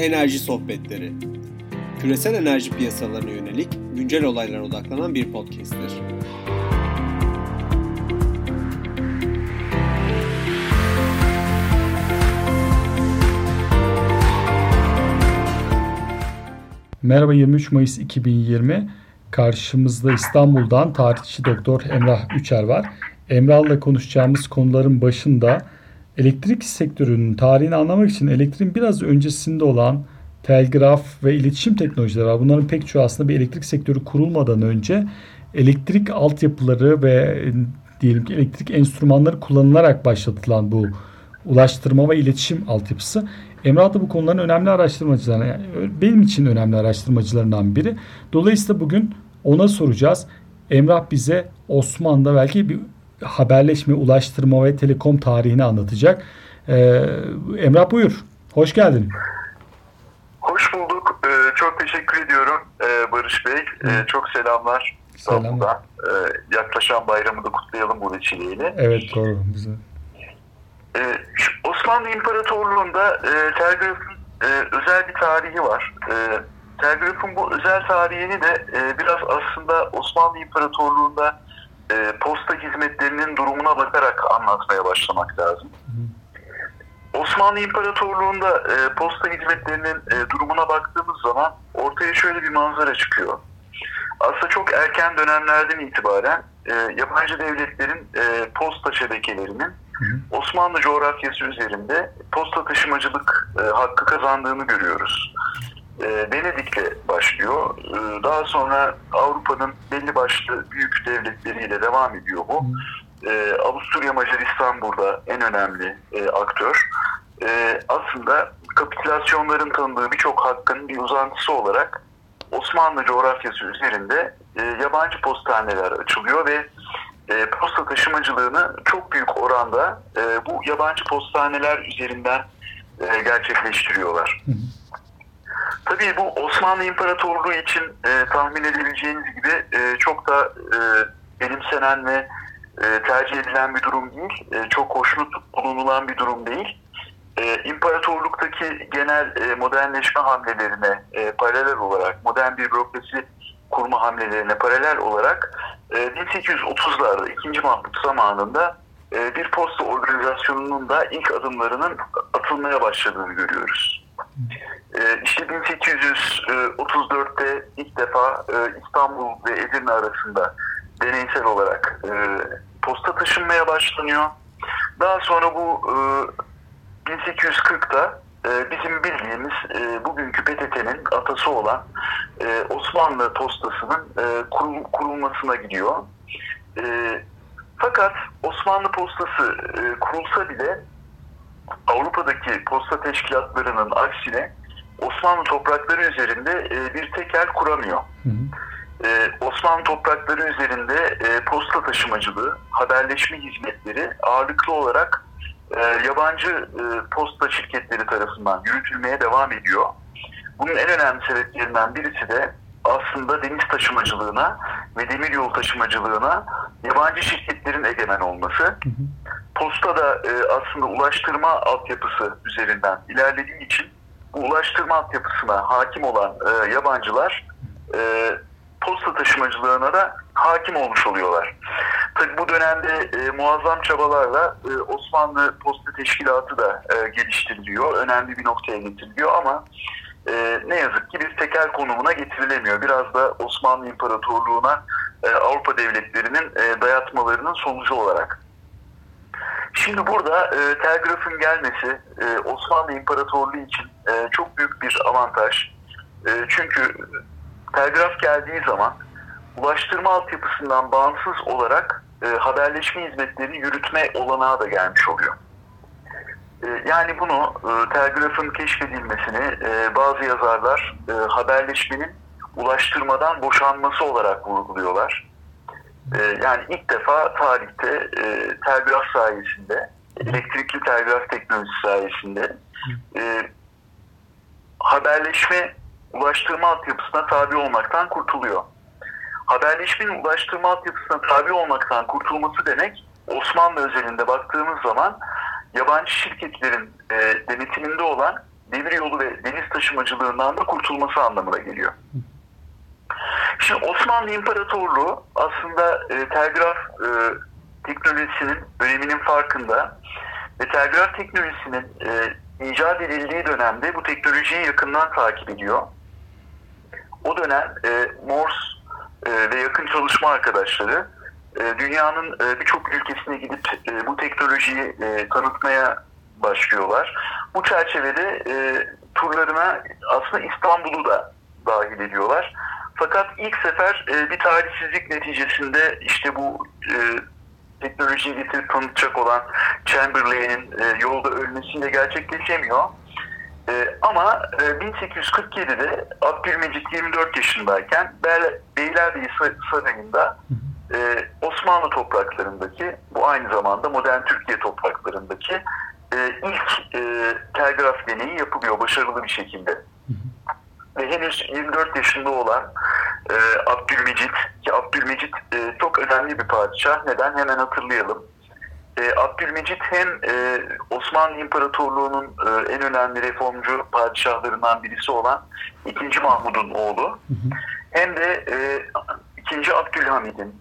Enerji Sohbetleri. Küresel enerji piyasalarına yönelik güncel olaylara odaklanan bir podcast'tir. Merhaba, 23 Mayıs 2020. Karşımızda İstanbul'dan tarihçi Doktor Emrah Üçer var. Emrah'la konuşacağımız konuların başında elektrik sektörünün tarihini anlamak için elektriğin biraz öncesinde olan telgraf ve iletişim teknolojileri var. Bunların pek çoğu aslında bir elektrik sektörü kurulmadan önce elektrik altyapıları ve diyelim ki elektrik enstrümanları kullanılarak başlatılan bu ulaştırma ve iletişim altyapısı. Emrah da bu konuların önemli araştırmacılarından, yani benim için önemli araştırmacılarından biri. Dolayısıyla bugün ona soracağız. Emrah bize Osmanlı'da belki bir haberleşme, ulaştırma ve telekom tarihini anlatacak. Emrah buyur. Hoş geldin. Hoş bulduk. Çok teşekkür ediyorum Barış Bey. Çok selamlar. Selamlar. Yaklaşan bayramı da kutlayalım bu vesileyle. Evet, doğru. Güzel. Osmanlı İmparatorluğu'nda telgrafın özel bir tarihi var. Telgrafın bu özel tarihini de biraz aslında Osmanlı İmparatorluğu'nda posta hizmetlerinin durumuna bakarak anlatmaya başlamak lazım. Osmanlı İmparatorluğu'nda posta hizmetlerinin durumuna baktığımız zaman ortaya şöyle bir manzara çıkıyor. Aslında çok erken dönemlerden itibaren yabancı devletlerin posta şebekelerinin Osmanlı coğrafyası üzerinde posta taşımacılık hakkı kazandığını görüyoruz. Venedik'le başlıyor. Daha sonra Avrupa'nın belli başlı büyük devletleriyle devam ediyor bu. Avusturya Macaristan burada en önemli aktör. Aslında kapitülasyonların tanıdığı birçok hakkın bir uzantısı olarak Osmanlı coğrafyası üzerinde yabancı postaneler açılıyor ve posta taşımacılığını çok büyük oranda bu yabancı postaneler üzerinden gerçekleştiriyorlar. Tabii bu Osmanlı İmparatorluğu için tahmin edebileceğiniz gibi çok da benimsenen ve tercih edilen bir durum değil. Çok hoşnut bulunulan bir durum değil. İmparatorluktaki genel modernleşme hamlelerine paralel olarak, modern bir bürokrasi kurma hamlelerine paralel olarak 1830'larda 2. Mahmut zamanında bir posta organizasyonunun da ilk adımlarının atılmaya başladığını görüyoruz. İşte 1834'te ilk defa İstanbul ve Edirne arasında deneysel olarak posta taşınmaya başlanıyor. Daha sonra bu 1840'da bizim bildiğimiz bugünkü PTT'nin atası olan Osmanlı postasının kurulmasına gidiyor. Fakat Osmanlı postası kurulsa bile Avrupa'daki posta teşkilatlarının aksine Osmanlı toprakları üzerinde bir tekel kuramıyor. Osmanlı toprakları üzerinde posta taşımacılığı, haberleşme hizmetleri ağırlıklı olarak yabancı posta şirketleri tarafından yürütülmeye devam ediyor. Bunun en önemli sebeplerinden birisi de aslında deniz taşımacılığına ve demiryolu taşımacılığına yabancı şirketlerin egemen olması. Posta da aslında ulaştırma altyapısı üzerinden ilerlediği için bu ulaştırma altyapısına hakim olan yabancılar posta taşımacılığına da hakim olmuş oluyorlar. Tabii bu dönemde muazzam çabalarla Osmanlı Posta Teşkilatı da geliştiriliyor. Önemli bir noktaya getiriliyor ama ne yazık ki bir tekel konumuna getirilemiyor. Biraz da Osmanlı İmparatorluğu'na Avrupa devletlerinin dayatmalarının sonucu olarak. Şimdi burada telgrafın gelmesi Osmanlı İmparatorluğu için çok büyük bir avantaj. Çünkü telgraf geldiği zaman ulaştırma altyapısından bağımsız olarak haberleşme hizmetlerini yürütme olanağı da gelmiş oluyor. Yani bunu telgrafın keşfedilmesini bazı yazarlar haberleşmenin ulaştırmadan boşanması olarak vurguluyorlar. Yani ilk defa tarihte telgraf sayesinde, elektrikli telgraf teknolojisi sayesinde haberleşme ulaştırma altyapısına tabi olmaktan kurtuluyor. Haberleşmenin ulaştırma altyapısına tabi olmaktan kurtulması demek, Osmanlı özelinde baktığımız zaman yabancı şirketlerin denetiminde olan demiryolu ve deniz taşımacılığından da kurtulması anlamına geliyor. Şimdi Osmanlı İmparatorluğu aslında telgraf teknolojisinin öneminin farkında ve telgraf teknolojisinin icat edildiği dönemde bu teknolojiyi yakından takip ediyor. O dönem Morse ve yakın çalışma arkadaşları dünyanın birçok ülkesine gidip bu teknolojiyi tanıtmaya başlıyorlar. Bu çerçevede turlarına aslında İstanbul'u da dahil ediyorlar. Fakat ilk sefer bir talihsizlik neticesinde işte bu teknolojiyi getirip tanıtacak olan Chamberlain'in yolda ölmesiyle gerçekleşemiyor. Ama 1847'de Abdülmecit 24 yaşındayken Beylerbeyi Sarayı'nda Osmanlı topraklarındaki, bu aynı zamanda modern Türkiye topraklarındaki ilk telgraf deneyi yapılıyor başarılı bir şekilde. Ve henüz 24 yaşında olan Abdülmecit, ki Abdülmecit çok önemli bir padişah. Neden? Hemen hatırlayalım. Abdülmecit hem Osmanlı İmparatorluğu'nun en önemli reformcu padişahlarından birisi olan II. Mahmud'un oğlu. Hem de II. Abdülhamid'in,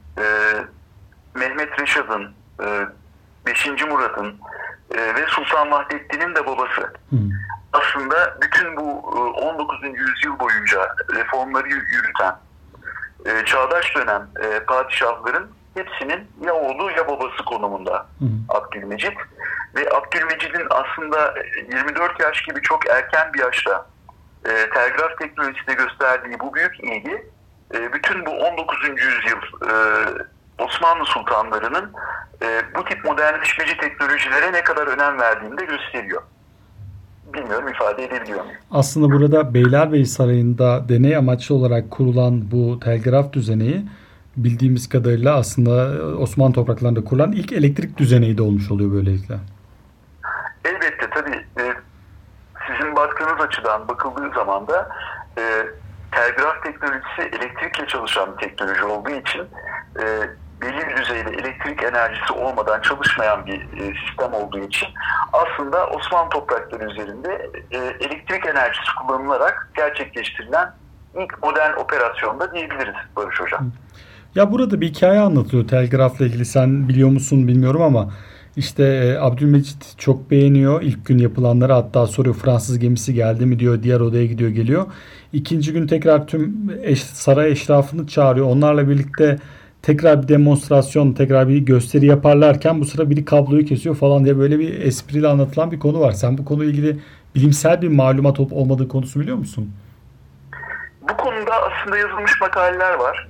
Mehmet Reşad'ın, 5. Murat'ın ve Sultan Vahdettin'in de babası. Aslında bütün bu 19. yüzyıl boyunca reformları yürüten çağdaş dönem padişahların hepsinin ya oğlu ya babası konumunda Abdülmecit. Ve Abdülmecid'in aslında 24 yaş gibi çok erken bir yaşta telgraf teknolojisine gösterdiği bu büyük ilgi bütün bu 19. yüzyıl Osmanlı sultanlarının bu tip modernleşmeci teknolojilere ne kadar önem verdiğini de gösteriyor. Bilmiyorum ifade edebiliyor muyum? Aslında burada Beylerbeyi Sarayı'nda deney amaçlı olarak kurulan bu telgraf düzeneği bildiğimiz kadarıyla aslında Osmanlı topraklarında kurulan ilk elektrik düzeneği de olmuş oluyor böylelikle. Elbette tabii. Sizin baktığınız açıdan bakıldığı zaman da telgraf teknolojisi elektrikle çalışan bir teknoloji olduğu için belli bir düzeyde elektrik enerjisi olmadan çalışmayan bir sistem olduğu için aslında Osmanlı toprakları üzerinde elektrik enerjisi kullanılarak gerçekleştirilen ilk modern operasyonda diyebiliriz Barış Hocam. Ya burada bir hikaye anlatılıyor telgrafla ilgili. Sen biliyor musun bilmiyorum ama işte Abdülmecit çok beğeniyor ilk gün yapılanları, hatta soruyor Fransız gemisi geldi mi diyor, diğer odaya gidiyor geliyor. İkinci gün tekrar tüm saray eşrafını çağırıyor. Onlarla birlikte tekrar bir demonstrasyon, tekrar bir gösteri yaparlarken bu sıra biri kabloyu kesiyor falan diye böyle bir espriyle anlatılan bir konu var. Sen bu konuyla ilgili bilimsel bir malumat olup olmadığı konusunu biliyor musun? Bu konuda aslında yazılmış makaleler var.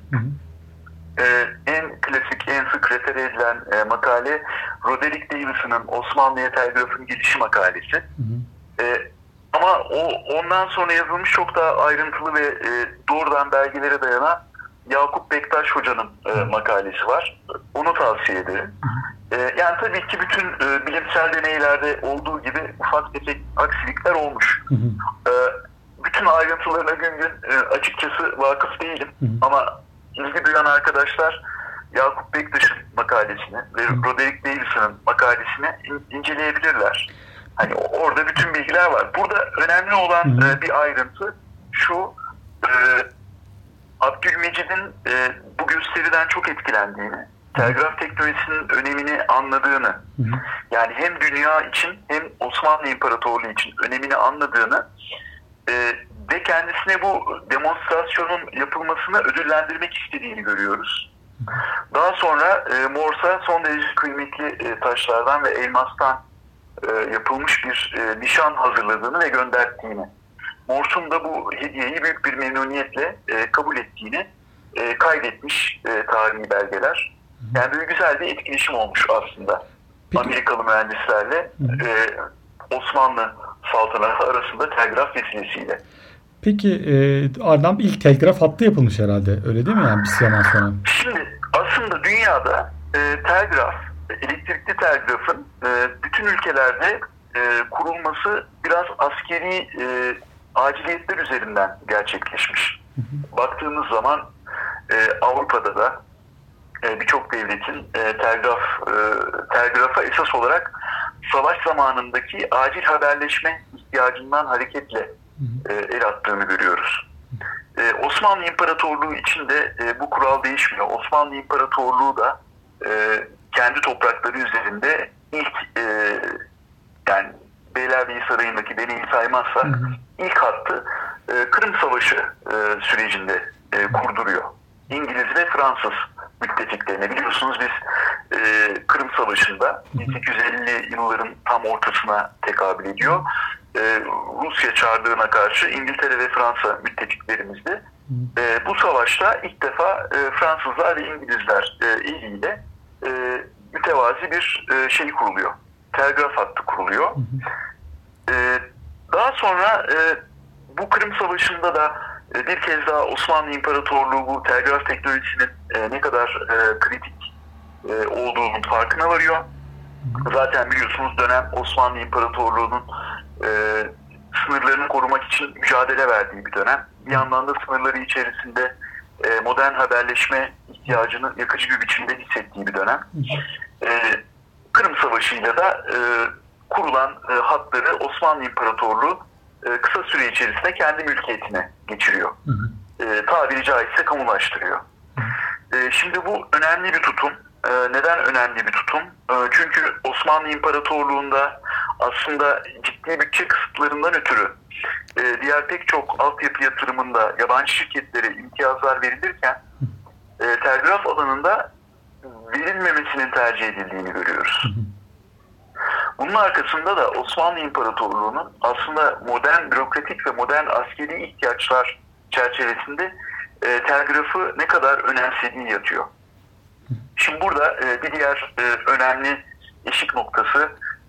En klasik, en sık refere edilen makale Roderick Davison'ın Osmanlı'ya telgrafın gelişi makalesi. Ama ondan sonra yazılmış çok daha ayrıntılı ve doğrudan belgelere dayanan Yakup Bektaş Hoca'nın makalesi var. Onu tavsiye ederim. Yani tabii ki bütün bilimsel deneylerde olduğu gibi ufak tefek aksilikler olmuş. Bütün ayrıntılarına gün açıkçası vakıf değilim. Ama ilgi duyan arkadaşlar Yakup Bektaş'ın makalesini ve Roderick Davison'ın makalesini inceleyebilirler. Hani orada bütün bilgiler var. Burada önemli olan bir ayrıntı şu: Abdülmecid'in bu gösteriden çok etkilendiğini, telgraf teknolojisinin önemini anladığını, yani hem dünya için hem Osmanlı İmparatorluğu için önemini anladığını ve kendisine bu demonstrasyonun yapılmasını ödüllendirmek istediğini görüyoruz. Daha sonra Morse'a son derece kıymetli taşlardan ve elmastan yapılmış bir nişan hazırladığını ve gönderdiğini, Morse'un da bu hediyeyi büyük bir memnuniyetle kabul ettiğini kaydetmiş tarihi belgeler. Yani böyle güzel bir etkileşim olmuş aslında. Peki, Amerikalı mühendislerle Osmanlı saltanatı arasında telgraf vesilesiyle. Peki ardından ilk telgraf hattı yapılmış herhalde. Öyle değil mi yani bir zaman sonra? Şimdi aslında dünyada telgraf, elektrikli telgrafın bütün ülkelerde kurulması biraz askeri aciliyetler üzerinden gerçekleşmiş. Baktığımız zaman Avrupa'da da birçok devletin telgrafa esas olarak savaş zamanındaki acil haberleşme ihtiyacından hareketle el attığını görüyoruz. Osmanlı İmparatorluğu için de bu kural değişmiyor. Osmanlı İmparatorluğu da kendi toprakları üzerinde ilk yani Beylerbeyi Sarayı'ndaki deneyi saymazsa ilk hattı Kırım Savaşı sürecinde kurduruyor. İngiliz ve Fransız müttefiklerine. Biliyorsunuz biz Kırım Savaşı'nda 1850'li yılların tam ortasına tekabül ediyor. Rusya çağrılığına karşı İngiltere ve Fransa müttefiklerimizdi. Bu savaşta ilk defa Fransızlar ve İngilizler eliyle mütevazi bir şey kuruluyor. Telgraf hattı kuruluyor. Daha sonra bu Kırım Savaşı'nda da bir kez daha Osmanlı İmparatorluğu bu telgraf teknolojisinin ne kadar kritik olduğunun farkına varıyor. Zaten biliyorsunuz dönem Osmanlı İmparatorluğu'nun sınırlarını korumak için mücadele verdiği bir dönem. Bir yandan da sınırları içerisinde modern haberleşme ihtiyacını yakıcı bir biçimde hissettiği bir dönem. Kırım Savaşı'yla da kurulan hatları Osmanlı İmparatorluğu kısa süre içerisinde kendi mülkiyetine geçiriyor. Tabiri caizse kamulaştırıyor. Şimdi bu önemli bir tutum. Neden önemli bir tutum? Çünkü Osmanlı İmparatorluğu'nda aslında ciddi bütçe kısıtlarından ötürü diğer pek çok altyapı yatırımında yabancı şirketlere imtiyazlar verilirken telgraf alanında verilmemesinin tercih edildiğini görüyoruz. Bunun arkasında da Osmanlı İmparatorluğu'nun aslında modern bürokratik ve modern askeri ihtiyaçlar çerçevesinde telgrafı ne kadar önemsediği yatıyor. Şimdi burada bir diğer önemli eşik noktası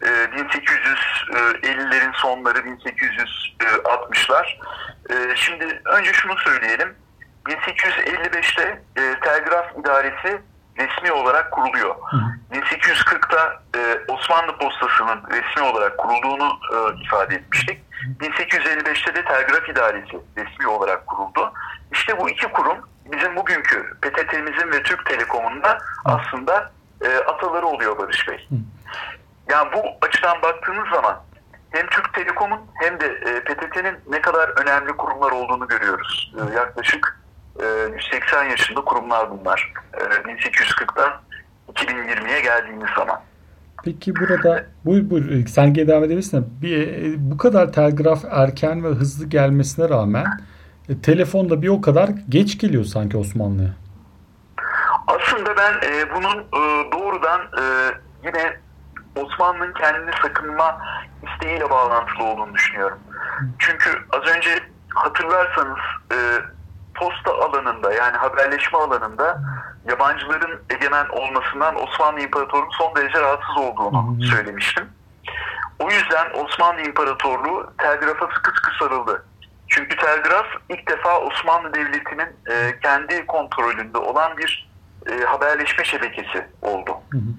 1850'lerin sonları, 1860'lar. Şimdi önce şunu söyleyelim. 1855'te Telgraf İdaresi resmi olarak kuruluyor. 1840'ta Osmanlı Postası'nın resmi olarak kurulduğunu ifade etmiştik. 1855'te de Telgraf İdaresi resmi olarak kuruldu. İşte bu iki kurum bizim bugünkü PTT'mizin ve Türk Telekom'un da aslında ataları oluyor Barış Bey. Yani bu açıdan baktığınız zaman hem Türk Telekom'un hem de PTT'nin ne kadar önemli kurumlar olduğunu görüyoruz. Yaklaşık 180 yaşında kurumlar bunlar. 1840'dan 2020'ye geldiğimiz zaman. Peki burada buyur sen devam edebilirsin. Bu kadar telgraf erken ve hızlı gelmesine rağmen telefon da bir o kadar geç geliyor sanki Osmanlı'ya. Aslında ben bunun doğrudan yine Osmanlı'nın kendini sakınma isteğiyle bağlantılı olduğunu düşünüyorum. Çünkü az önce hatırlarsanız posta alanında yani haberleşme alanında yabancıların egemen olmasından Osmanlı İmparatorluğu son derece rahatsız olduğunu söylemiştim. O yüzden Osmanlı İmparatorluğu telgrafa sıkı sıkı sarıldı. Çünkü telgraf ilk defa Osmanlı Devleti'nin kendi kontrolünde olan bir haberleşme şebekesi oldu.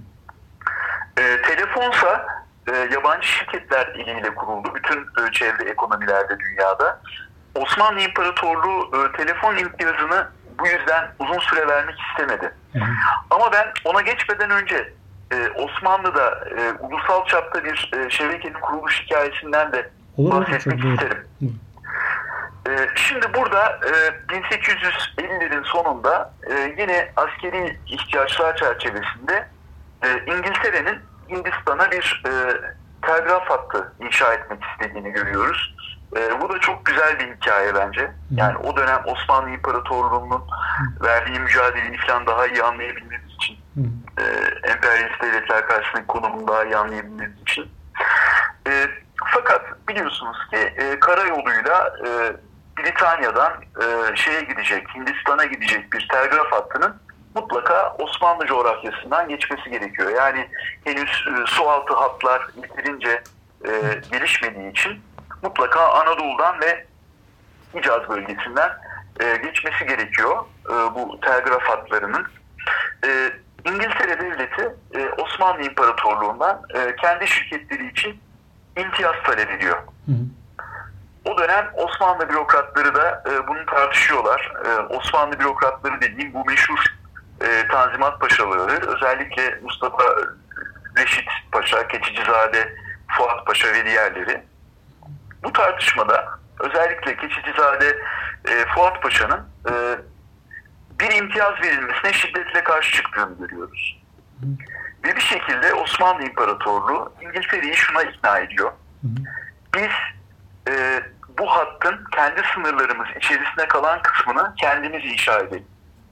Telefonsa yabancı şirketler eliyle kuruldu. Bütün çevre ekonomilerde dünyada. Osmanlı İmparatorluğu telefon imtiyazını bu yüzden uzun süre vermek istemedi. Ama ben ona geçmeden önce Osmanlı'da ulusal çapta bir şebekenin kuruluş hikayesinden de bahsetmek isterim. Şimdi burada 1850'lerin sonunda yine askeri ihtiyaçlar çerçevesinde İngiltere'nin Hindistan'a bir telgraf hattı inşa etmek istediğini görüyoruz. Bu da çok güzel bir hikaye bence. Yani o dönem Osmanlı İmparatorluğu'nun verdiği mücadeleyi falan daha iyi anlayabilmemiz için, emperyalist devletler karşısındaki konumunu daha iyi anlayabilmemiz için. Fakat biliyorsunuz ki karayoluyla Britanya'dan şeye gidecek, Hindistan'a gidecek bir telgraf hattının mutlaka Osmanlı coğrafyasından geçmesi gerekiyor. Yani henüz sualtı hatlar yeterince gelişmediği için mutlaka Anadolu'dan ve Hicaz bölgesinden geçmesi gerekiyor bu telgraf hatlarının. İngiltere Devleti Osmanlı İmparatorluğu'ndan kendi şirketleri için imtiyaz talep ediyor. O dönem Osmanlı bürokratları da bunu tartışıyorlar. Osmanlı bürokratları dediğim bu meşhur Tanzimat Paşaları, özellikle Mustafa Reşit Paşa, Keçicizade, Fuat Paşa ve diğerleri. Bu tartışmada özellikle Keçicizade Fuat Paşa'nın bir imtiyaz verilmesine şiddetle karşı çıktığını görüyoruz. Ve bir şekilde Osmanlı İmparatorluğu İngiltere'yi şuna ikna ediyor. Biz bu hattın kendi sınırlarımız içerisinde kalan kısmını kendimiz inşa edelim.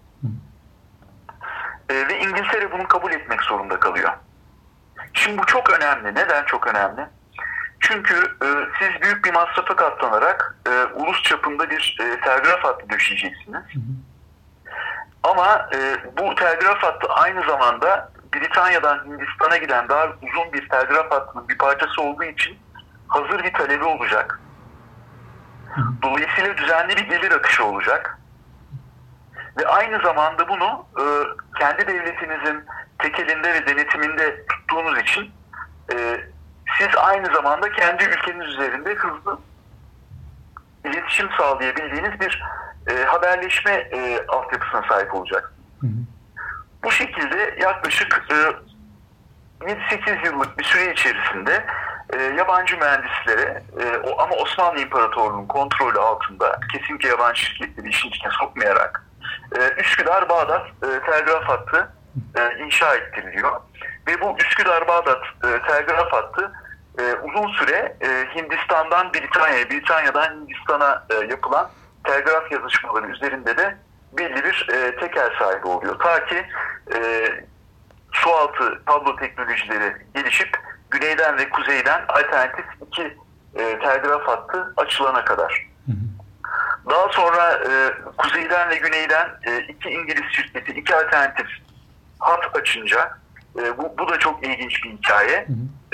Ve İngiltere bunu kabul etmek zorunda kalıyor. Şimdi bu çok önemli. Neden çok önemli? Çünkü siz büyük bir masrafa katlanarak ulus çapında bir telgraf hattı döşeyeceksiniz. Ama bu telgraf hattı aynı zamanda Britanya'dan Hindistan'a giden daha uzun bir telgraf hattının bir parçası olduğu için hazır bir talebi olacak. Dolayısıyla düzenli bir gelir akışı olacak. Ve aynı zamanda bunu kendi devletinizin tekelinde ve denetiminde tuttuğunuz için siz aynı zamanda kendi ülkeniz üzerinde hızlı iletişim sağlayabildiğiniz bir haberleşme altyapısına sahip olacaksınız. Bu şekilde yaklaşık 7-8 yıllık bir süre içerisinde yabancı mühendislere ama Osmanlı İmparatorluğu'nun kontrolü altında kesinlikle yabancı şirketleri işin içine sokmayarak Üsküdar-Bağdat telgraf hattı inşa ettiriliyor. Ve bu Üsküdar-Bağdat telgraf hattı uzun süre Hindistan'dan Britanya'ya, Britanya'dan Hindistan'a yapılan telgraf yazışmaları üzerinde de belli bir tekel sahibi oluyor. Ta ki sualtı kablo teknolojileri gelişip güneyden ve kuzeyden alternatif iki telgraf hattı açılana kadar. Daha sonra kuzeyden ve güneyden iki İngiliz şirketi iki alternatif hat açınca bu da çok ilginç bir hikaye.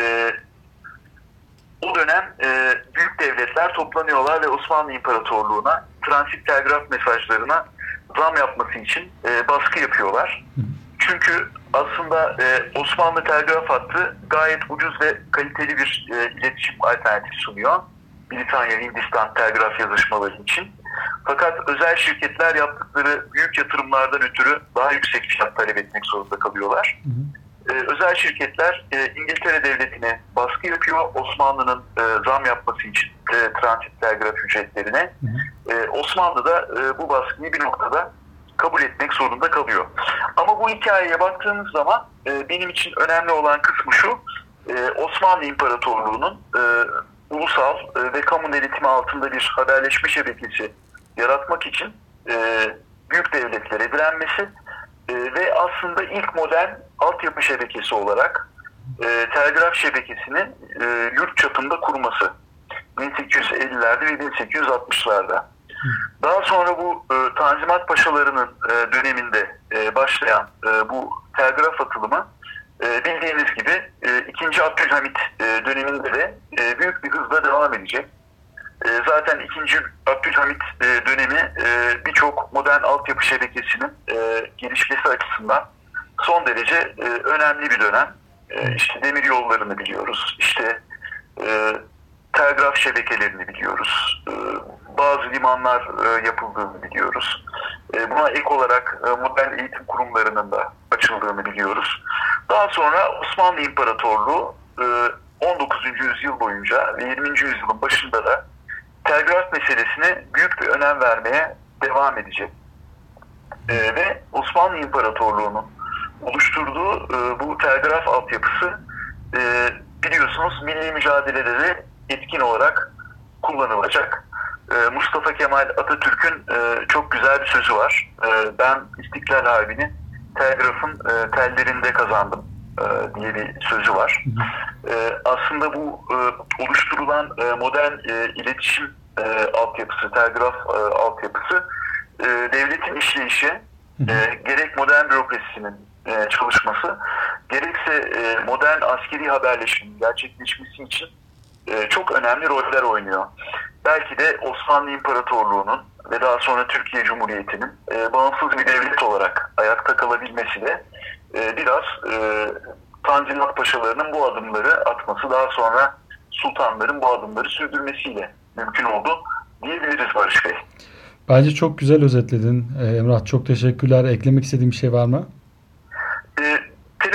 O dönem büyük devletler toplanıyorlar ve Osmanlı İmparatorluğu'na transit telgraf mesajlarına zam yapması için baskı yapıyorlar. Çünkü aslında Osmanlı telgraf hattı gayet ucuz ve kaliteli bir iletişim alternatifi sunuyor Britanya-Hindistan telgraf yazışmaları için. Fakat özel şirketler yaptıkları büyük yatırımlardan ötürü daha yüksek fiyat talep etmek zorunda kalıyorlar. Özel şirketler İngiltere Devleti'ne baskı yapıyor Osmanlı'nın zam yapması için transit telgraf ücretlerine. Osmanlı da bu baskıyı bir noktada kabul etmek zorunda kalıyor. Ama bu hikayeye baktığımız zaman benim için önemli olan kısmı şu: Osmanlı İmparatorluğu'nun ulusal ve kamu denetimi altında bir haberleşme şebekesi yaratmak için büyük devletlere direnmesi ve aslında ilk modern altyapı şebekesi olarak telgraf şebekesini yurt çapında kurması 1850'lerde ve 1860'larda. Daha sonra bu Tanzimat Paşalarının döneminde başlayan bu telgraf atılımı bildiğiniz gibi 2. Abdülhamit döneminde de büyük bir hızla devam edecek. Zaten 2. Abdülhamit dönemi birçok modern altyapı şebekesinin gelişmesi açısından son derece önemli bir dönem. İşte demir yollarını biliyoruz, işte telgraf şebekelerini biliyoruz, bazı limanlar yapıldığını biliyoruz. Buna ek olarak modern eğitim kurumlarının da açıldığını biliyoruz. Daha sonra Osmanlı İmparatorluğu 19. yüzyıl boyunca ve 20. yüzyılın başında da telgraf meselesine büyük bir önem vermeye devam edecek. Ve Osmanlı İmparatorluğu'nun oluşturduğu bu telgraf altyapısı biliyorsunuz milli mücadelede de etkin olarak kullanılacak. Mustafa Kemal Atatürk'ün çok güzel bir sözü var. Ben İstiklal Harbi'ni telgrafın tellerinde kazandım diye bir sözü var. Aslında bu oluşturulan modern iletişim altyapısı, telgraf altyapısı devletin işleyişi, gerek modern bürokrasisinin çalışması, gerekse modern askeri haberleşmenin gerçekleşmesi için çok önemli roller oynuyor. Belki de Osmanlı İmparatorluğu'nun ve daha sonra Türkiye Cumhuriyeti'nin bağımsız bir devlet olarak ayakta kalabilmesi de biraz Tanzimat Paşalarının bu adımları atması, daha sonra sultanların bu adımları sürdürmesiyle mümkün oldu diyebiliriz Barış Bey. Bence çok güzel özetledin Emrah. Çok teşekkürler. Eklemek istediğim bir şey var mı?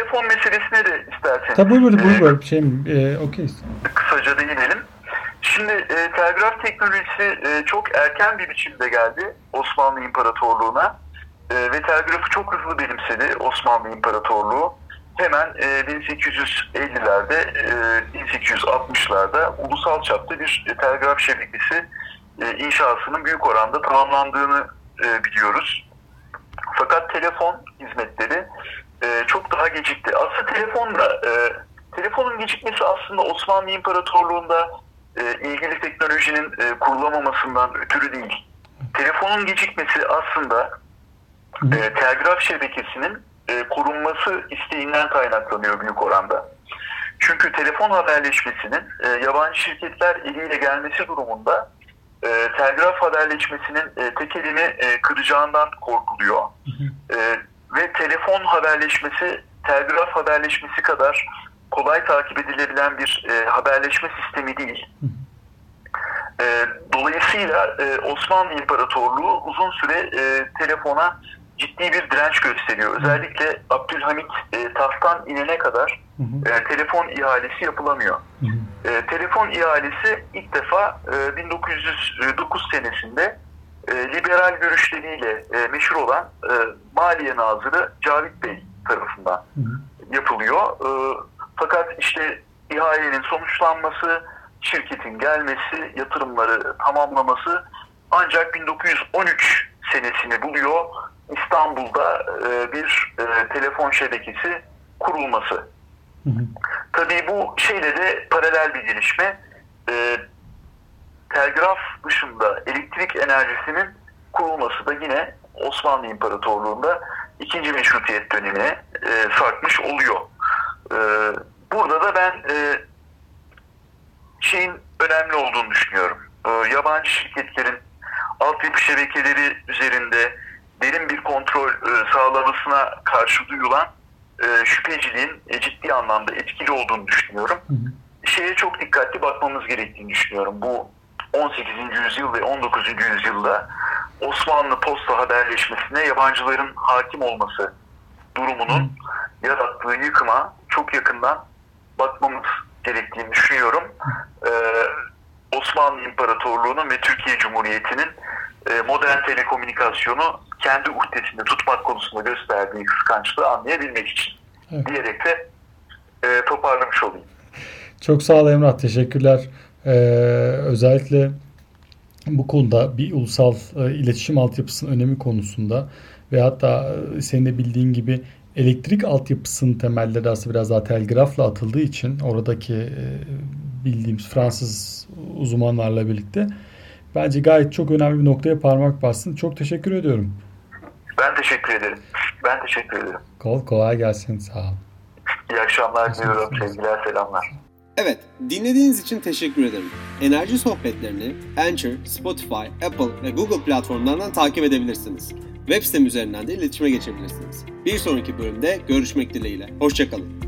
telefon meselesine de isterseniz. Tabii buyur. Okeyiz. Kısaca değinelim. Şimdi telgraf teknolojisi çok erken bir biçimde geldi Osmanlı İmparatorluğu'na ve telgrafı çok hızlı benimsedi Osmanlı İmparatorluğu. Hemen 1850'lerde, 1860'larda ulusal çapta bir telgraf şebekesi inşasının büyük oranda tamamlandığını biliyoruz. Fakat telefon hizmetleri çok daha gecikti. Aslında telefonun gecikmesi aslında Osmanlı İmparatorluğu'nda ilgili teknolojinin kurulamamasından ötürü değil. Telefonun gecikmesi aslında telgraf şebekesinin korunması isteğinden kaynaklanıyor büyük oranda. Çünkü telefon haberleşmesinin yabancı şirketler eliyle gelmesi durumunda telgraf haberleşmesinin tekelini kıracağından korkuluyor. Ve telefon haberleşmesi telgraf haberleşmesi kadar kolay takip edilebilen bir haberleşme sistemi değil. Dolayısıyla Osmanlı İmparatorluğu uzun süre telefona ciddi bir direnç gösteriyor. Özellikle Abdülhamit tahttan inene kadar telefon ihalesi yapılamıyor. Telefon ihalesi ilk defa 1909 senesinde liberal görüşleriyle meşhur olan Maliye Nazırı Cavit Bey tarafından yapılıyor. Fakat işte ihalenin sonuçlanması, şirketin gelmesi, yatırımları tamamlaması ancak 1913 senesini buluyor. İstanbul'da bir telefon şebekesi kurulması. Tabii bu şeyle de paralel bir gelişme. Telgraf dışında elektrik enerjisinin kurulması da yine Osmanlı İmparatorluğu'nda 2. Meşrutiyet dönemine sarkmış oluyor. Burada da ben şeyin önemli olduğunu düşünüyorum. Yabancı şirketlerin altyapı şebekeleri üzerinde derin bir kontrol sağlamasına karşı duyulan şüpheciliğin ciddi anlamda etkili olduğunu düşünüyorum. Şeye çok dikkatli bakmamız gerektiğini düşünüyorum. Bu 18. yüzyıl ve 19. yüzyılda Osmanlı posta haberleşmesine yabancıların hakim olması durumunun yarattığı yıkıma çok yakından bakmamız gerektiğini düşünüyorum. Osmanlı İmparatorluğu'nun ve Türkiye Cumhuriyeti'nin modern telekomünikasyonu kendi uhdesinde tutmak konusunda gösterdiği kıskançlığı anlayabilmek için diyerek de toparlamış olayım. Çok sağ ol Emrah, teşekkürler. Özellikle bu konuda bir ulusal iletişim altyapısının önemi konusunda ve hatta senin de bildiğin gibi elektrik altyapısının temelleri aslında biraz daha telgrafla atıldığı için oradaki bildiğimiz Fransız uzmanlarla birlikte bence gayet çok önemli bir noktaya parmak bastın. Çok teşekkür ediyorum. Ben teşekkür ederim. Kolay gelsin. Sağ ol. İyi akşamlar diliyorum. Sevgiler, selamlar. Evet, dinlediğiniz için teşekkür ederim. Enerji sohbetlerini Anchor, Spotify, Apple ve Google platformlarından takip edebilirsiniz. Web sitem üzerinden de iletişime geçebilirsiniz. Bir sonraki bölümde görüşmek dileğiyle. Hoşça kalın.